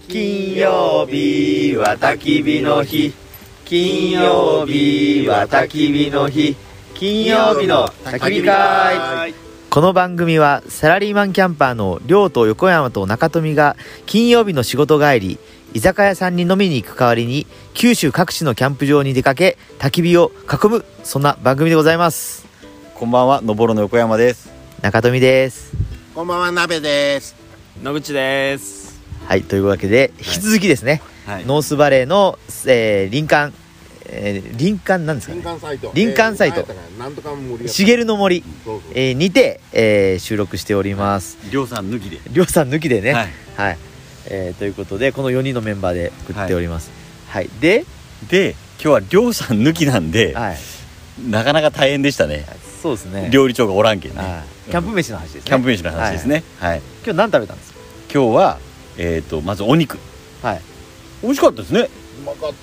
金曜日は焚き火の日、金曜日は焚き火の日、金曜日の焚き火会。この番組はサラリーマンキャンパーの亮と横山と中富が金曜日の仕事帰り、居酒屋さんに飲みに行く代わりに九州各地のキャンプ場に出かけ焚き火を囲む、そんな番組でございます。 こんばんは、のぼろの横山です。 中富です。 こんばんは、鍋です。 野口です。 はい、というわけで引き続きですね、はい、ノースバレーの、林間なんですかね、林間サイト茂の森、にて、収録しております。 りょうさん抜きでね、はい、はい、ということでこの4人のメンバーで送っております。はい、はい、で今日はりょうさん抜きなんで、はい、なかなか大変でしたね。 そうですね、 料理長がおらんけんね。 キャンプ飯の話ですね。 キャンプ飯の話ですね。はい。 今日何食べたんですか？ 今日はまずお肉。はい。美味しかったですね。 うまかった。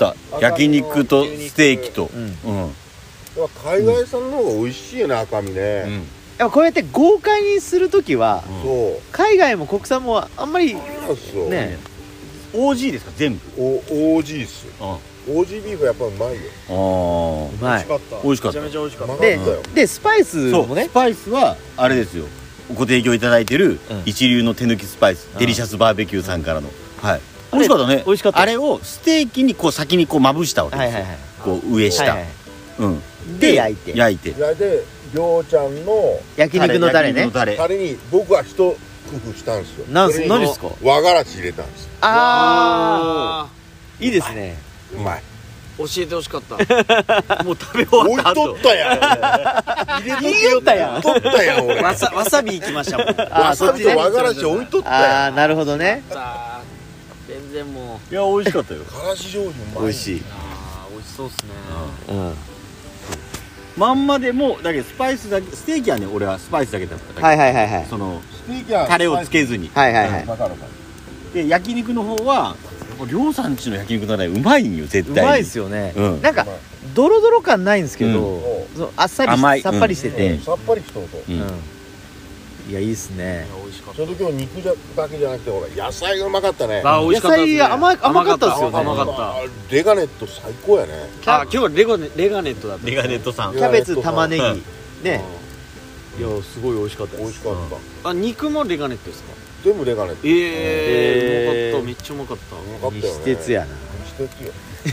焼肉とステーキと。 海外産の方が美味しいね、赤身ね。 やっぱこうやって豪快にするときは、海外も国産もあんまりね。 OG ですか全部。 OG っす。オージービーフやっぱうまいよ。 うまい。 美味しかった。 めちゃめちゃ美味しかった。 でスパイスもね。 スパイスはあれですよ。ご提供いただいてる一流の手抜きスパイス、デリシャスバーベキューさんからの。はい。美味しかったね。 美味しかった。 あれをステーキにこう先にこうまぶしたわけですよ。こう上下。 で焼いて。 りょうちゃんの焼肉のタレね。 タレに僕は一工夫したんですよ。 何ですか？ 和がらし入れたんです。 ああ。いいですね。 うまい。 教えてほしかった。もう食べ終わった後。 置いとったやん。俺。 わさび行きましたもん。 わさびと和がらし置いとったやん。 ああ、なるほどね。 全然もう。いや、美味しかったよ。 からし醤油うまい。 美味しい。 美味しそうっすね。 まんまでもだけどスパイスだけ、ステーキはね、俺はスパイスだけだった。 はい。 そのタレをつけずに。 はい。 で焼肉の方は。りょうさんちの焼肉のタレうまいんよ、絶対に。 うまいですよね。なんかドロドロ感ないんですけど、あっさりさっぱりしてて。 さっぱりしとると。 いや、いいっすね。 ちょうど今日肉だけじゃなくて、ほら野菜がうまかったね。 野菜甘かったですよね。 甘かった。 レガネット最高やね。 今日はレガネットだった。 レガネットさん。 キャベツ、玉ねぎね。いや、すごい美味しかったです。 美味しかった。 肉もレガネットですか？ 全部レガネット。 うまかった。めっちゃうまかった。 西鉄やな。 西鉄よ。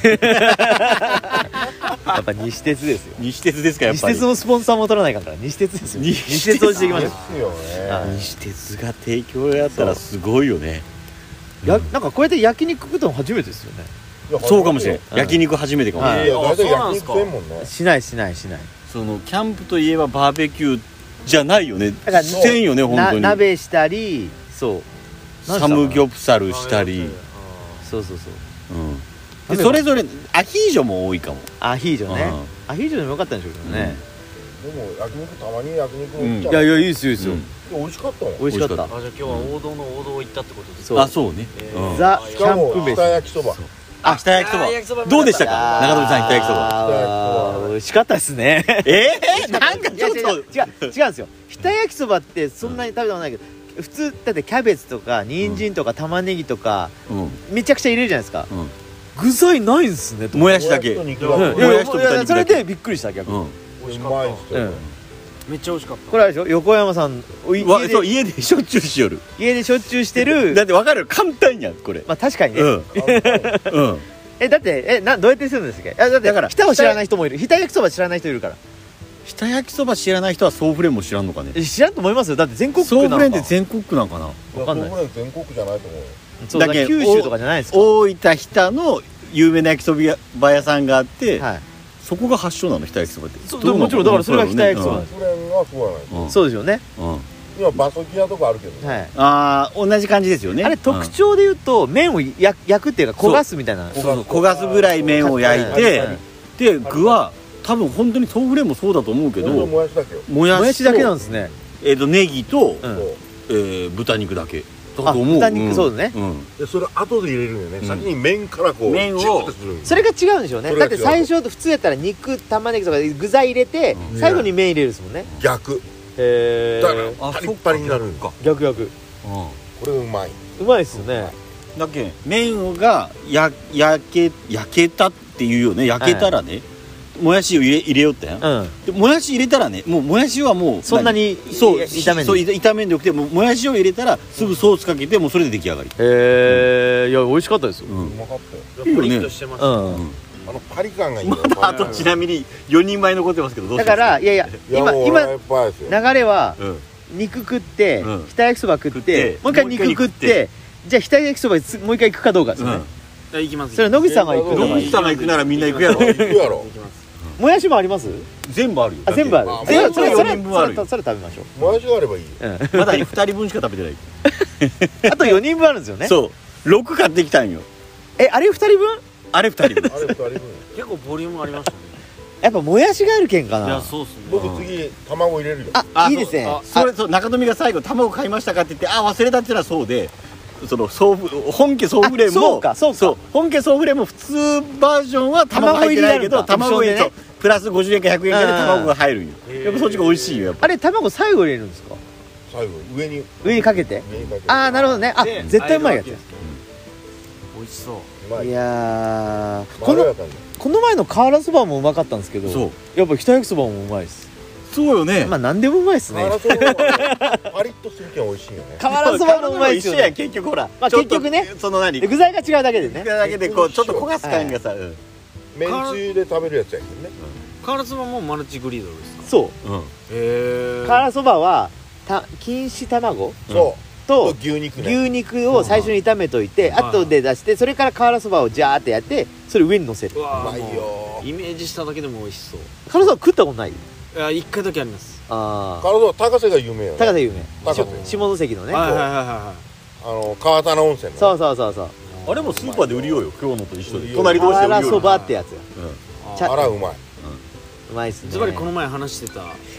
やっぱ西鉄ですよ。 西鉄ですか、やっぱり。 西鉄のスポンサーも取らないから、西鉄ですよ。西鉄をしていきましょう。 西鉄が提供やったらすごいよね。 なんかこうやって焼肉食ったの初めてですよね。 そうかもしれん。焼肉初めてかも。 いや、大体焼肉せんもんね。 しない。 そのキャンプといえばバーベキューじゃないよね。だからせんよね、本当に。 鍋したり、 サムギョプサルしたり。 そう。 でそれぞれアヒージョも多いかも。 アヒージョね。アヒージョでもよかったんでしょうけどね。 でも焼肉たまに焼肉もいやいいですよ。 美味しかったもん。 美味しかった。 じゃあ今日は王道の王道を行ったってことですか？ あ、そうね。 ザキャンプ飯。 北焼きそば。 あ、北焼きそば。どうでしたか、中富さん、北焼きそば。 美味しかったですね。 なんかちょっと違うんですよ。北焼きそばってそんなに食べたことないけど、普通だってキャベツとか人参とか玉ねぎとかめちゃくちゃ入れるじゃないですか。具材ないんですね。 もやしだけ。 それでびっくりした、逆に。 うまいっすよ。 めっちゃ美味しかった。 これあれでしょ、横山さん家でしょっちゅうしよる。 家でしょっちゅうしてる。 だって分かる、簡単やんこれ。 まあ確かにね。だってどうやってするんですか？だって北を知らない人もいる。北焼きそば知らない人いるから。 北焼きそば知らない人はソーフレンも知らんのかね。 知らんと思いますよ。だって全国区ソーフレンって全国区なんかな。 分かんない。 ソーフレン全国区じゃないと思うよ。 だけ九州とかじゃないですか。 大分日田の有名な焼きそば屋さんがあって、そこが発祥なの、北焼きそばって。 もちろんだからそれが北焼きそばなんです。 ソーフレンはそうやない。 そうですよね。 今馬祖木屋とかあるけど。 ああ、同じ感じですよね。 あれ特徴で言うと麺を焼くっていうか焦がすみたいな。 焦がすぐらい麺を焼いて、で具は多分本当にソーフレンもそうだと思うけど、 もやしだけよ。 もやしだけなんですね。 ネギと豚肉だけ。 豚肉、そうですね。 でそれ後で入れるんよね。先に麺からこう麺をそれが違うんでしょうね。だって最初普通やったら肉、玉ねぎとか具材入れて最後に麺入れるですもんね。 逆。だからパリッパリになるんか。 逆。 これうまい。 うまいっすよね。 だけ麺が焼けたっていうよね。焼けたらね、もやしを入れよったやん、 うんでもやし入れたらね、もうもやしはもうそんなにそう炒めんのそう炒めんでよくて、もうもやしを入れたらすぐソースかけて、もうそれで出来上がり。 いや美味しかったですようんうまかったよ。 プリッとしてますうんパリ感がいいんだよ。 まだあとちなみに4人前残ってますけど、どうしだますからいやいやいやもう今いっぱいですよ。 流れはうん肉食ってうん日田焼きそば食ってもう一回肉食っもう一回肉食っててじゃあ日田焼きそばにもう一回行くかどうかですよね行きますそれは野口さんが行くのがいい野口さんが行くならみんな行くやろ。 行くやろ行。きますもやしもあります全部あるよ。 あ全部あるあそれ全部それそれ 4人分あるよそれ食べましょうもやしがあればいいよ。 まだ2人分しか食べてない。 あと4人分あるんですよねそう6買ってきたんよ。 あれ2人分あれ2人分。 あれ2人分。 結構ボリュームありましたねやっぱもやしがあるけんかいやなそうっすね僕次卵入れるよ。 あいいですねそれそう中富が最後卵買いましたかって言って、あ忘れたっていうのはそうで、その本家ソーフレンもあそうか本家ソーフレンも普通バージョンは卵入ってないけど、 卵入りになるんだそうプラス50円か100円かで卵が入るんよ。やっぱそっちが美味しいよやっぱ。 あれ卵最後入れるんですか最後上に上にかけてかけて。 ああなるほどねあで絶対うまいやつや美味しそううまい。 いやーまろやかに。 この前の瓦そばもうまかったんですけどそうやっぱ日田焼きそばもうまいですそうよね。 まあ何でもうまいですね瓦そばはねパリッとするけん美味しいよね。 瓦そばもうまいですよ一緒やんね結局ほら。 まあちょっと結局ねその何具材が違うだけでねだけでこうちょっと焦がす感じがさ、うんめんつゆで食べるやつやけどね。 瓦そばもマルチグリードルですかそううんへえ瓦そばは錦糸卵そうと牛肉ね。 牛肉を最初に炒めといてうん後で出してそれから瓦そばをジャーってやってそれ上に乗せるうわうまいよもうイメージしただけでも美味しそう瓦そば食ったことないいや1回だけありますああ体は高瀬が有名よね。 高田有名高瀬下関のねはいはいはいはい川棚温泉の。 そうそうそうそうあれもスーパーで売りようよ、今日のと一緒で売りよう隣同士で売りようよ。 瓦そばってやつようんちゃあらうまい。 うまいっすねズバリこの前話してた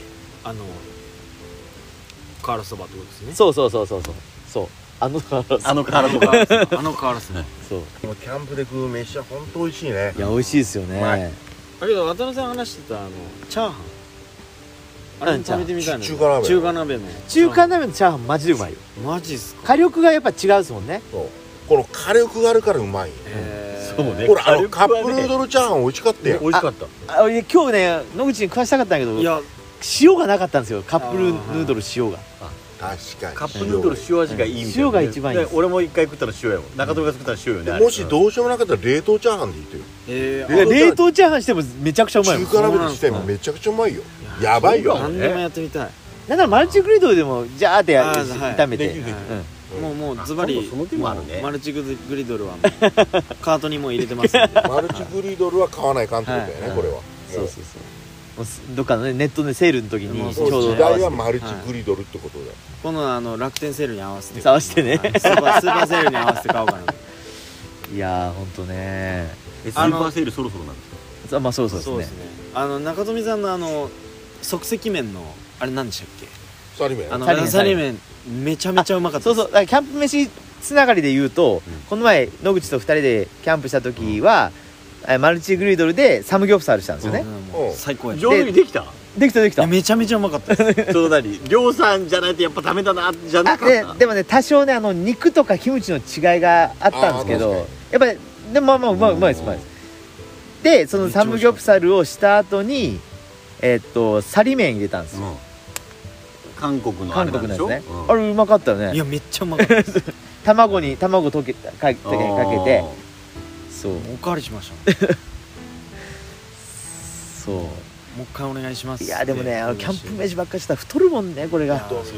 瓦そばってことですねそうそうそうそうそうそうあの瓦そばあの瓦そばあの瓦そばそうでもキャンプで食う飯は本当美味しいね。 いや美味しいですよねうまいだけど渡辺さん話してたチャーハンあれも食べてみたいな中華鍋中華鍋の中華鍋のチャーハンマジでうまいよマジっすか火力がやっぱ違うですもんねそう。この火力があるからうまいよ。 そうねほら火力カッはねプヌードルチャーハン美味しかったよ。 美味しかった。 あいや今日ね野口に食わしたかったんだけどいや塩がなかったんですよカップヌードル塩が確かに。 カップヌードル塩味がいいみたいなね。 塩が一番いいですで俺も一回食ったら塩やもん。中富が作ったら塩よね。あれもしどうしようもなかったら冷凍チャーハンでいいとよ。 いや冷凍チャーハンしてもめちゃくちゃうまいもん中華鍋にしてもめちゃくちゃうまいよ。やばいよ。 何でもやってみたいなんならマルチグリドルでもジャーってやあーはい炒めてできるできるもうズバリ今度その手もあるねマルチグリドルはもうカートにもう入れてますんでマルチグリドルは買わないかんってことだよね、 はいこれは。 そうそうそうもうどっかのねネットでセールの時にもうちょうど時代はマルチグリドルってことだよ。 この楽天セールに合わせて探してねはいスーパーセールに合わせて買おうかないやーほんとねスーパーセールそろそろなんですか。 まあそうそうですねそうですね中富さんの即席麺のあれ何でしたっけサリメン。 サリ麺サリ麺めちゃめちゃうまかったそうそうだからキャンプ飯つながりで言うと、この前野口と2人でキャンプした時は、マルチグリドルでサムギョプサルしたんですよね、 もう最高や上手にできた。 できたできたいやめちゃめちゃうまかったですその何量産じゃないとやっぱダメだなじゃなかった。 でもね多少ね肉とかキムチの違いがあったんですけどあーやっぱりでもまあうまいですうまいですでそのサムギョプサルをした後にサリ麺入れたんですよ、 うん韓国のあ韓れなんでしょ。 国のやつね、 うんあれうまかったよねいやめっちゃうまかったです卵溶けたかけてそうおかわりしましたそうもう一回お願いしますいやでもねキャンプ飯ばっかりしたら太るもんねこれが太るよ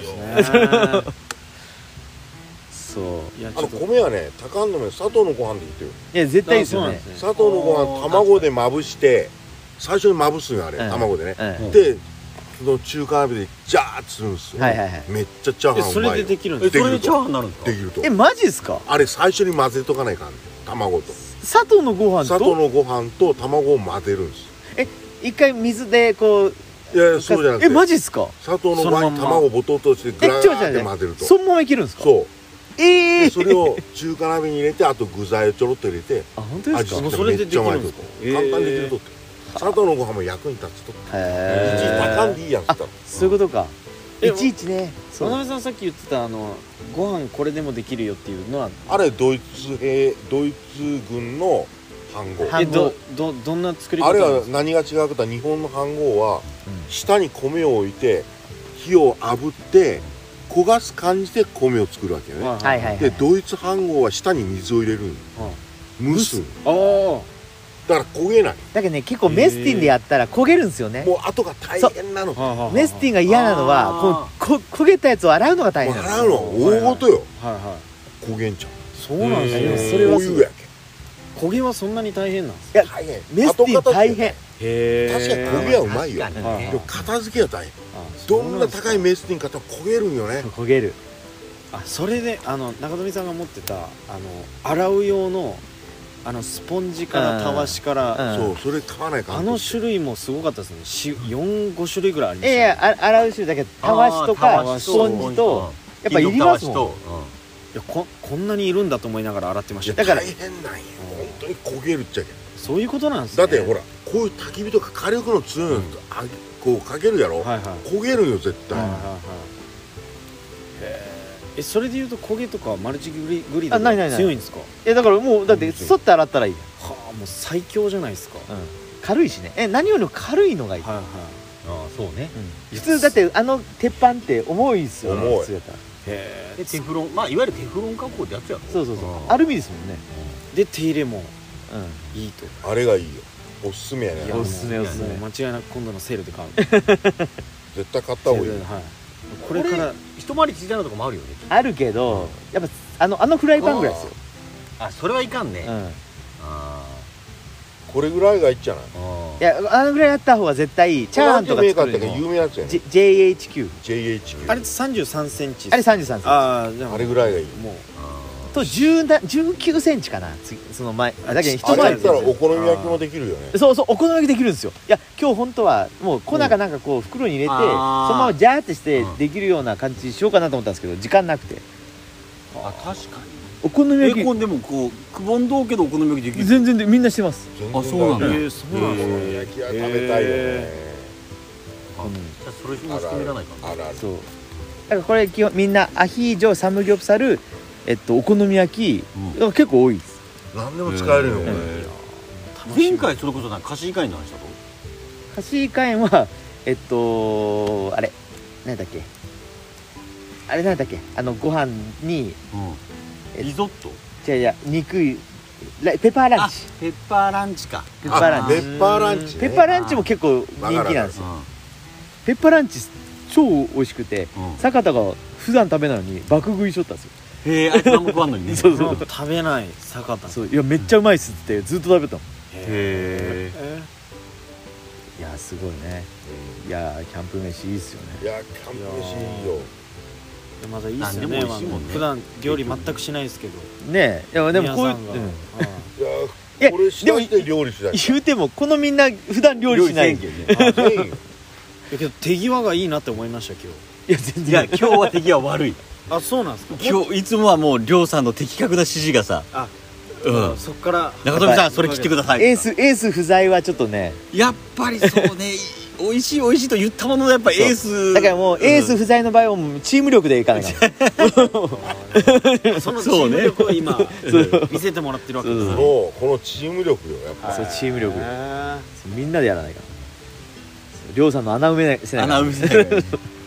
そういやちょっと米はね、高んのめ砂糖のご飯でいいとよ。 いや絶対いいですよね砂糖のご飯卵でまぶして最初にまぶすのよあれ、 うん卵でね、 うんでその中華鍋でジャーッつるんですよ、 はいはいはいめっちゃチャーハンうそまいよれでできるんですでそれでチャーハンになるんですか。 できるとマジですかあれ最初に混ぜとかないかんね卵と砂糖のご飯と砂糖のご飯と卵を混ぜるんです一回水でこういやいやそうじゃなくてマジですか砂糖のご飯に卵をボトッとしてグラちょーって混ぜるとそのままいけるんですかそうでええそれを中華鍋に入れてあと具材をちょろっと入れてあ本当ですか味付けもうそれでめっちゃうまいとできるんですか簡単にできるとって砂糖のご飯も役に立つとへ一時高んでいいやんって言ったらそういうことかいちいちね渡辺さんさっき言ってたご飯これでもできるよっていうのはあれドイツ軍の飯盒。 飯盒どんな作り方あれはなんですか？ 何が違うかと日本の飯盒は下に米を置いて火を炙って焦がす感じで米を作るわけよね。 はいはいはいでドイツ飯盒は下に水を入れるんよ。蒸すんよ。 あだから焦げない。 だけどね結構メスティンでやったら焦げるんですよね。 もう後が大変なの。もあメスティンが嫌なのは焦げたやつを洗うのが大う変なんです洗うの大事よ。 はいはい焦げんちゃう。 そうなんですね。 へーそれはこういうや焦げはそんなに大変なんですいやけ。大変。 メスティン大変。 へえ確かに焦げはうまいよ。 確かにはいねでも片付けは大変。どんな高いメスティン買っても焦げるんよね。 焦げる。 それで中富さんが持ってた洗う用のスポンジからたわしからうんそう、それ買わないかん。 種類もすごかったですね。4、5種類ぐらいありまいしたね。 やいや洗う種類だけどたわしとかスポンジとやっぱいりますもん。 いやこんなにいるんだと思いながら洗ってました。 だから大変なんよ。本当に焦げるっちゃけん。 そういうことなんですね。 だってほら、こういう焚き火とか火力の強いのこうかけるやろ。 はいはい焦げるよ絶対。 はいはいはい。それでいうと焦げとかマルチグリドないないない強いんですか？ いやだからもうだってそって洗ったらいいよ。 はあ、もう最強じゃないですか。 軽いしね。何よりも軽いのがいい。 はいはい。 あそうね。 普通だって鉄板って重いっすよね。 重い普通やったらへでテフロンいわゆるテフロン加工ってやつやろ。 そうそうそううんアルミですもんね。 で手入れもういいと。 あれがいいよ。おすすめやねいや。 おすすめおすすめもう間違いなく今度のセールで買う。 絶対買った方がいい。 はい。これから一回り小さいのとかもあるよね。 あるけどやっぱあのフライパンぐらいですよ。 あそれはいかんね。 うんあこれぐらいがいいっちゃない。 いやあのぐらいやった方が絶対チャーハンとかメーカーって有作るのに名なやつやね。 JHQ JHQ。 あれ33センチ。 あれ33センチああじゃああれぐらいがいい。 もうと19センチかなその前だけど一あれ回りやったらお好み焼きもできるよね。 そうお好み焼きできるんですよ。いや今日本当はもう粉かなんかこう袋に入れてそのあーままジャーってしてできるような感じにしようかなと思ったんですけど時間なくてあ確かお好みに。 焼きでもこうくぼんどうけどお好み焼きできる。 全然でみんなしてます。 全然あそうなんだ大丈夫そうなんですね。 お好み焼きは食べたいよね。 じゃあそれもしてみらないか。 あるある。 そうだからこれ基本みんなアヒージョサムギョプサルお好み焼きだから結構多いです。 何でも使えるよこれ。 前回それこそ貸し会の話だと。 カシーカエンはあれ何だっけご飯にリゾット。 違う肉ペッパーランチペッパーランチか。 ペッパーランチペッパーランチね。 ペッパーランチも結構人気なんですよ。ペッパーランチ超美味しくて坂田が普段食べないのに爆食いしとったんですよ。 へえあいつ何も食わんのにね。 そうそう食べない坂田。 そういやめっちゃうまいっすってずっと食べたもん。 へいやすごいね。いやキャンプ飯いいっすよね。 いやキャンプ飯いいよ。 まだいいっすよね。 何でも美味しいもんね普段料理全くしないですけど。 ねえいやでもこういう皆さんがいいややこれしだして料理しだし言うてもこのみんな普段料理しない。いた。全員いやけど手際がいいなって思いました今や全いや然今日は敵は悪い。 日。あそうなんですか。 今日いつもはもうりょうさんの的確な指示がさ。 あうん。 そっから中富さんそれ切ってください。 エース不在はちょっとね。 やっぱりそうね。美味しい美味しいと言ったもののやっぱエース。 だからもうエース不在の場合はもうチーム力でいかないから。 そのチーム力を今見せてもらってるわけですね。 のこのチーム力よやっぱ。 そうチーム力へーみんなでやらないから。りょうさんの穴埋めせないから。 穴埋めせないから。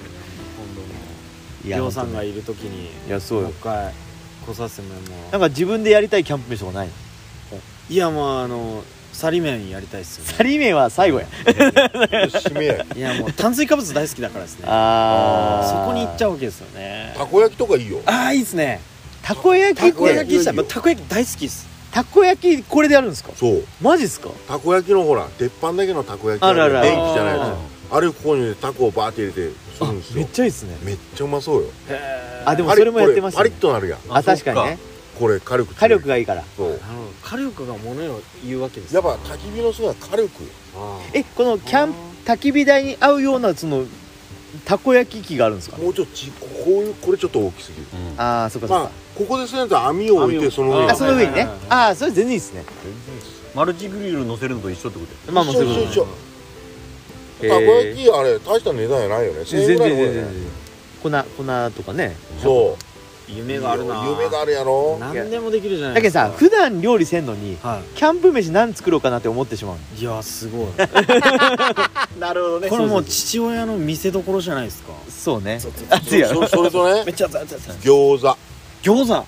いやりょうさんがいるときにいやそうよもう一回来させてもなんか自分でやりたいキャンプ飯とかないの？ いやもうサリ麺やりたいっすよね。 サリ麺は最後や。 締めや。 いやもう炭水化物大好きだからですね。そあこに行っちゃうわけですよね。 たこ焼きとかいいよ。 ああいいっすね。 たこ焼きったこ焼てきしたらたこ焼き大好きっす。 たこ焼きこれでやるんですか？ そう。 マジっすか？ たこ焼きのほら鉄板だけのたこ焼きあるあるある電気じゃないやつ。あれここにタコをバーって入れてするんですめよっちゃいいっすね。 めっちゃうまそうよ。 あでもそれもやってますパリねッとなるやん。 あ確かにねこれ火力強い火力がいいから。 そう火力がものを言うわけですやっぱ焚き火のすごい火力よ。 この焚き火台に合うようなそのたこ焼き器があるんですか？ もうちょっとこういうこれちょっと大きすぎる。 ああそっかそっまあか。 ここでそうやったら網を置いてその上にあその上にね。ああそれ全然いいっすね。 マルチグリル乗せるのと一緒ってことや。 まあもうそういうこ一緒一緒たこ焼きあれ大した値段やないよね。1000円ぐらいのもんやね。 粉とかね。 そう夢があるな。 夢があるやろ。 何でもできるじゃなだけどいですか。 さ普段料理せんのにはキャンプ飯何作ろうかなって思ってしまう。 い。いやすごい。 なるほどね。 これもう父親の見せ所じゃないですか。 そうね。 そう熱いやろ。 それとねめっちゃ熱い熱い熱い。 餃子餃子。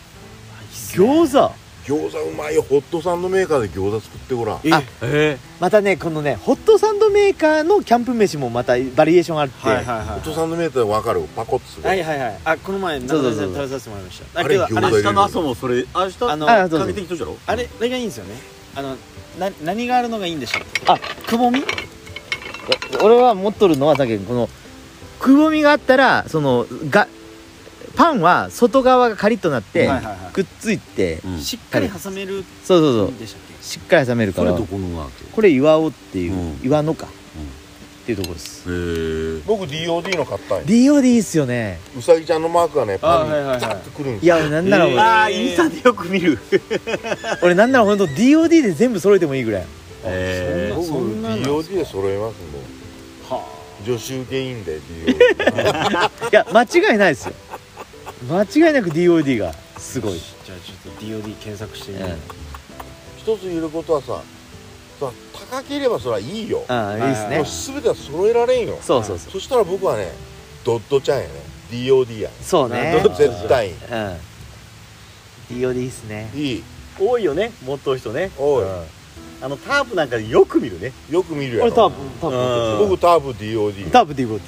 餃子うまいよ。ホットサンドメーカーで餃子作ってごらん。 えまたねこのねホットサンドメーカーのキャンプ飯もまたバリエーションがあって、 はいはいはい。 ホットサンドメーカーで分かる。パコッとする。 はいはいはい。あこの前中田さんに食べさせてもらいました。 あれだけど餃子明日の朝もそれ明日あのあそうそうかけてきとじゃろ。 あれがいいんですよね。何があるのがいいんでしたっけ。 あくぼみ。 俺は持っとるのはだけどこのくぼみがあったらそのパンは外側がカリッとなって、 はいはいはい。 くっついて、 うんしっかり挟めるそうそうそうんでしたっけ。 しっかり挟めるからそれどこのわけ。 これ岩尾っていう、 うん岩野か、っていうところです。 へえ。 僕 DOD の買ったんよ。 DOD いいっすよね。 うさぎちゃんのマークがねパンにあはいはいはいザッとくるんですいよ。 やなんなら俺、 ああインスタでよく見る。 俺なんならほんと DOD で全部揃えてもいいぐらい。 僕そんなの DOD で揃えますもん。 は助手受け員で DOD いや間違いないですよ。間違いなく DOD がすごい。 じゃあちょっと DOD 検索してみよう。 一つ言えることはさ高ければそれはいいよ。 ああいいですねでも。全ては揃えられんよ。 そうそうそう。 そしたら僕はねドッドちゃんやね。 DOD やね。 そうね。 ドッド絶対うん。DOD いいっすね。 いい。 多いよね持っとる人ね。 おいタープなんかでよく見るね。 よく見るやろ。 俺多分僕タープ DOD。 多分 DOD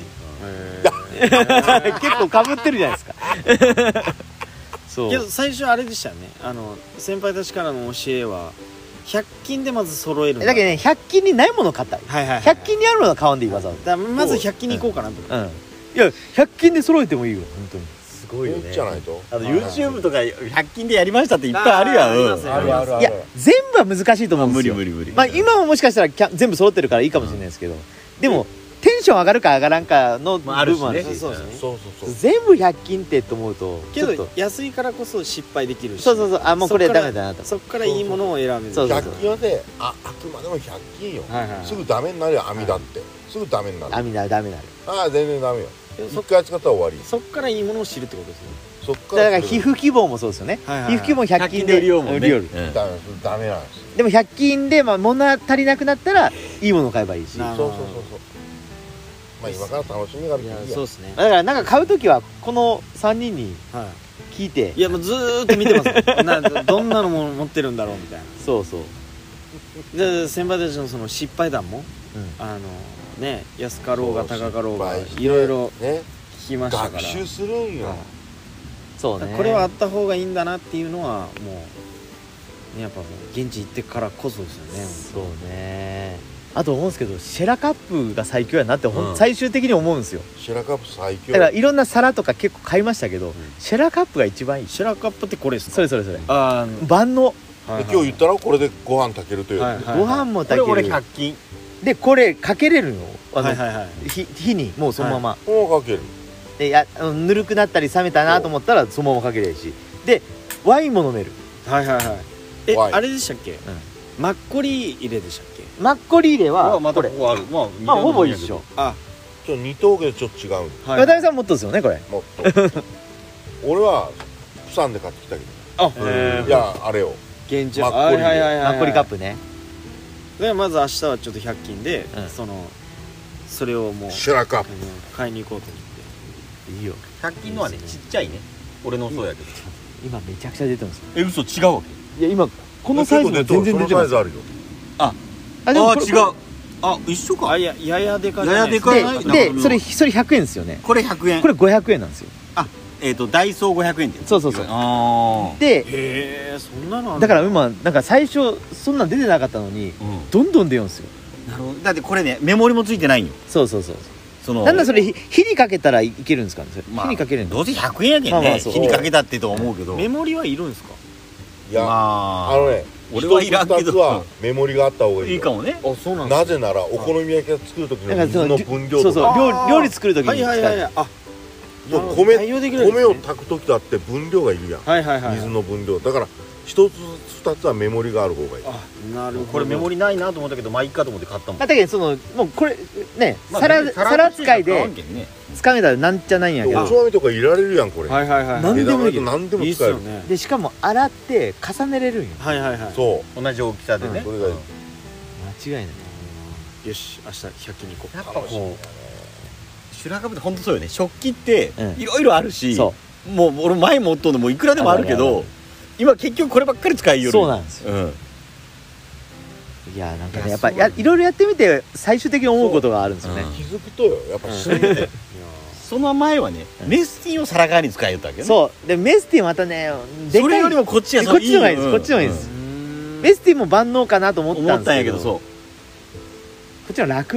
結構かぶってるじゃないですか。そうけど最初あれでしたよね。先輩たちからの教えは100均でまず揃えるんだけどね100均にないもの買ったり、 はいはいはい。 100均にあるものは買わんでいいわざわだからまず100均に行こうかなと。 ざ。うん。いや100均で揃えてもいいよ本当に。 すごいよね。 いいじゃないと。 YouTube とか100均でやりましたっていっぱいあるやん。 ありますねあるあるある。 いや全部は難しいと思うんですよ。 無理。 まあ今はもしかしたら全部揃ってるからいいかもしれないですけど、でもテンション上がるか上がらんかの部まああるしね分もあるし、 そうですね。 そうそうそう。 全部100均ってと思うとけちょっとど安いからこそ失敗できるし。 そうそうそうあもうこれダメだなと。 そっからいいものを選べる。 そうそう 100均はねあくまでも100均よ。 はいはい。 すぐダメになるよ網だって。すぐダメになる。 網だダメなる。 ああ全然ダメよ。 そ一回使ったら終わり。 そっからいいものを知るってことですね。 そっからだから皮膚希望もそうですよね。皮はいはいはい膚希望100均で売りようもんね。 売りよる。 ダメなんです。 でも100均でまあ物足りなくなったらいいものを買えばいいし。 なだそうそうそうそう。まあ今から楽しみがあるいやからいいや。 そうですね。 からなんか買うときはこの3人には聞いてい。いやもうずーっと見てますよ。どんなのも持ってるんだろうみたいな。 そうそう。 で先輩たちのその失敗談もね安かろうが高かろうが失敗していろいろね聞きましたから。 学習するんよ。 そうね。 これはあった方がいいんだなっていうのはもう、ね、やっぱもう現地行ってからこそですよね。 そうね。あと思うんですけどシェラカップが最強やなってうん最終的に思うんですよ。 シェラカップ最強。 だからいろんな皿とか結構買いましたけど、シェラカップが一番いい。 シェラカップってこれですか。 それそれそれ。 あ万能。 で今日言ったらこれでご飯炊けるという。 はいはいご飯もこれ俺炊ける。 100均。 でこれかけれるの。 はいはいはい。 火にもうそのまま。 もうかける。 でぬるくなったり冷めたなと思ったらそのままかけれるし。でワインも飲める。 はいはいはい。 ワインあれでしたっけ。マッコリ入れでしたっけ。 マッコリ入れはまこれたここある。 まあほぼ一緒。 あちょっと二等でちょっと違うの。 はい渡辺さん持っとんですよねこれ。 もっと。俺はプサンで買ってきたけあど。いやあれを。 現地マッコリはいはいはいはい。 マッコリカップね。 でまず明日はちょっと100均でうんそれをもうシェラカップ。 買いに行こうと思って。 いいよ。 100均のはねちっちゃいね。俺のそうやけど。 今めちゃくちゃ出てますよ。 嘘違うわけ。 いや今このサイズも全然出てますよ。 そのサイズあるよ。 あでもこれ違う。あ一緒か。 あややでかじゃないですやか。 やでかいでそれ100円ですよね。 これ100円。 これ500円なんですよ。 ダイソー500円で。 そうそうそうあでへえそんなのあるんだから今なんか最初そんなん出てなかったのにあ。うん。 どんどん出るんですよ。 なるほど。だってこれねメモリもついてないんよ。 そうそうそう。 その。 なんだそれ火にかけたらいけるんですかね。 まあ火にかけれるの。 どうせ100円やけんね。 まあまあそう火にかけたってとは思うけど。 メモリはいるんですか。 いやまあのね。 俺はいらんけど一つ二つはメモリがあった方がいいよ。 いいかもね。 あそうなんですなぜならお好み焼きを作る時の水だからその分量そうそうとか。 料理作る時にはいはいはいはい。あそう米対応できるんですね米を炊く時だって分量がいるやん。 はいはいはい。 水の分量だから一つ二つはメモリがある方がいい。 あ、なるほど。 これメモリないなと思ったけどまあいっかと思って買ったもん。 まあ、だけどそのもうこれね、 まあ皿使いで買わんけんね。 つかめたらなんちゃないんやけど、 おつまみとか入れられるやんこれ。 はいはいはい。 なんでもいい枝豆と何でもいいっす使える。 よね。 でしかも洗って重ねれるんよ。 はいはいはい。 そう。 同じ大きさでね。 それがいい。 間違いない。 よし、明日100均に行こう。 やっぱこう白樺って本当そうよね。食器ってうんいろいろあるし、 そもう俺前持っとんのもいくらでもあるけどあるあるある、 今結局こればっかり使いよる。 そうなんですよ。 うん。 いやなんかねいややっぱそうなんだいろいろやってみて最終的に思うことがあるんですよね。 うん気づくとよやっぱ死ぬね。 いやその前はね、 うんメスティンを皿側に使いよったわけよね。 そうでメスティンまたねでかいそれよりもこっちやこっちの方がいいですこっちの方がいいですメスティンも万能かなと思ったんですけど、 思ったんやけど、そこっちの方が楽。 う。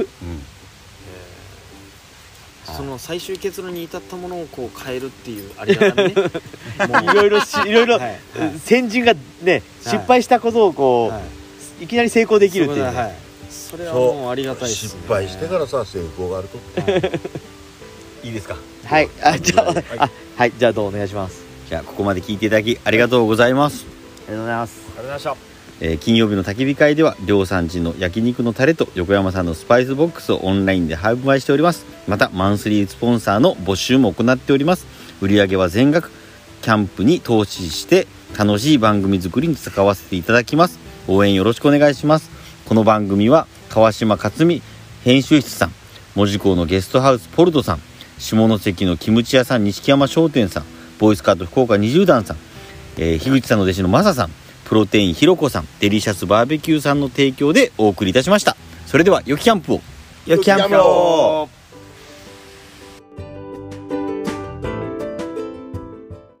その最終結論に至ったものをこう変えるっていうありがたみね。もういろいろはいはい先人がね失敗したことをこはういきなり成功できるっていうね。 はい。それはもうありがたいですね。 失敗してからさ成功があると。 いいですか。 はいじゃあはいじゃあどうお願いします。 じゃあここまで聞いていただきありがとうございます。 ありがとうございます。 ありがとうございました。 金曜日の焚き火会では両産地の焼肉のタレと横山さんのスパイスボックスをオンラインで販売しております。またマンスリースポンサーの募集も行っております。売上は全額キャンプに投資して楽しい番組作りに使わせていただきます。応援よろしくお願いします。この番組は川島克美編集室さん、門司港のゲストハウスポルトさん、下関のキムチ屋さん錦山商店さん、ボーイスカート福岡20段さん、樋口さんの弟子のマサさん、プロテインひろこさん、デリシャスバーベキューさんの提供でお送りいたしました。それでは良きキャンプを。 よきキャンプを。